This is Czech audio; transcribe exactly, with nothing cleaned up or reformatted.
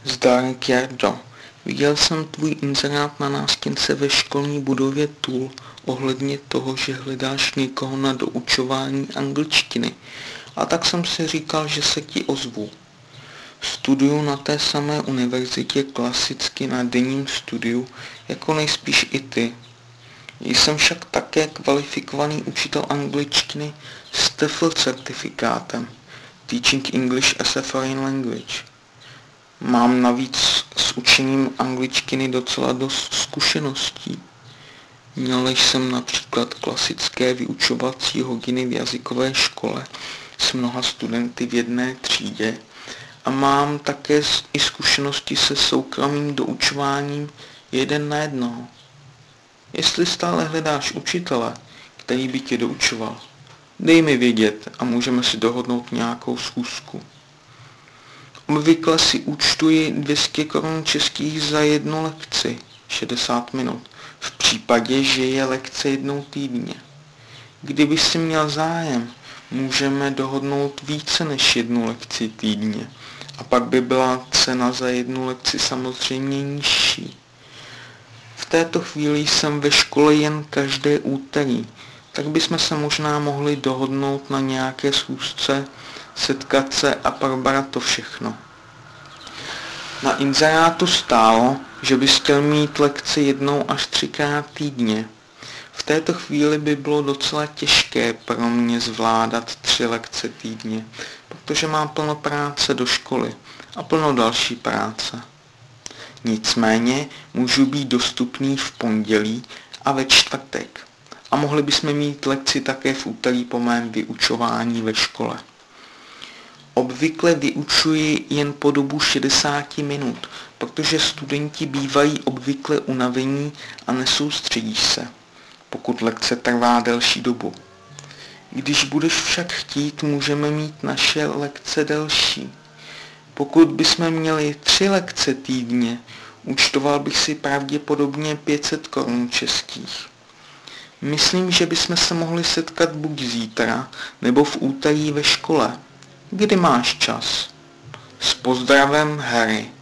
Zdárek Jardo, viděl jsem tvůj inzerát na nástěnce ve školní budově Tool ohledně toho, že hledáš někoho na doučování angličtiny, a tak jsem si říkal, že se ti ozvu. Studuju na té samé univerzitě klasicky na denním studiu, jako nejspíš i ty. Jsem však také kvalifikovaný učitel angličtiny s T E F L certifikátem, Teaching English as a Foreign Language. Mám navíc s učením angličtiny docela dost zkušeností. Měl jsem například klasické vyučovací hodiny v jazykové škole s mnoha studenty v jedné třídě a mám také i zkušenosti se soukromým doučováním jeden na jednoho. Jestli stále hledáš učitele, který by tě doučoval, dej mi vědět a můžeme si dohodnout nějakou schůzku. Obvykle si účtuji dvě stě korun českých za jednu lekci, šedesát minut, v případě, že je lekce jednou týdně. Kdyby si měl zájem, můžeme dohodnout více než jednu lekci týdně a pak by byla cena za jednu lekci samozřejmě nižší. V této chvíli jsem ve škole jen každé úterý, tak bychom se možná mohli dohodnout na nějaké schůzce, setkat se a probrat to všechno. Na inzerátu stálo, že bys chtěl mít lekce jednou až třikrát týdně. V této chvíli by bylo docela těžké pro mě zvládat tři lekce týdně, protože mám plno práce do školy a plno další práce. Nicméně můžu být dostupný v pondělí a ve čtvrtek a mohli bychom mít lekci také v úterý po mém vyučování ve škole. Obvykle vyučuji jen po dobu šedesát minut, protože studenti bývají obvykle unavení a nesoustředíš se, pokud lekce trvá delší dobu. Když budeš však chtít, můžeme mít naše lekce delší. Pokud bychom měli tři lekce týdně, účtoval bych si pravděpodobně pět set korun českých. Myslím, že bychom se mohli setkat buď zítra, nebo v úterý ve škole. Kdy máš čas? S pozdravem, Harry.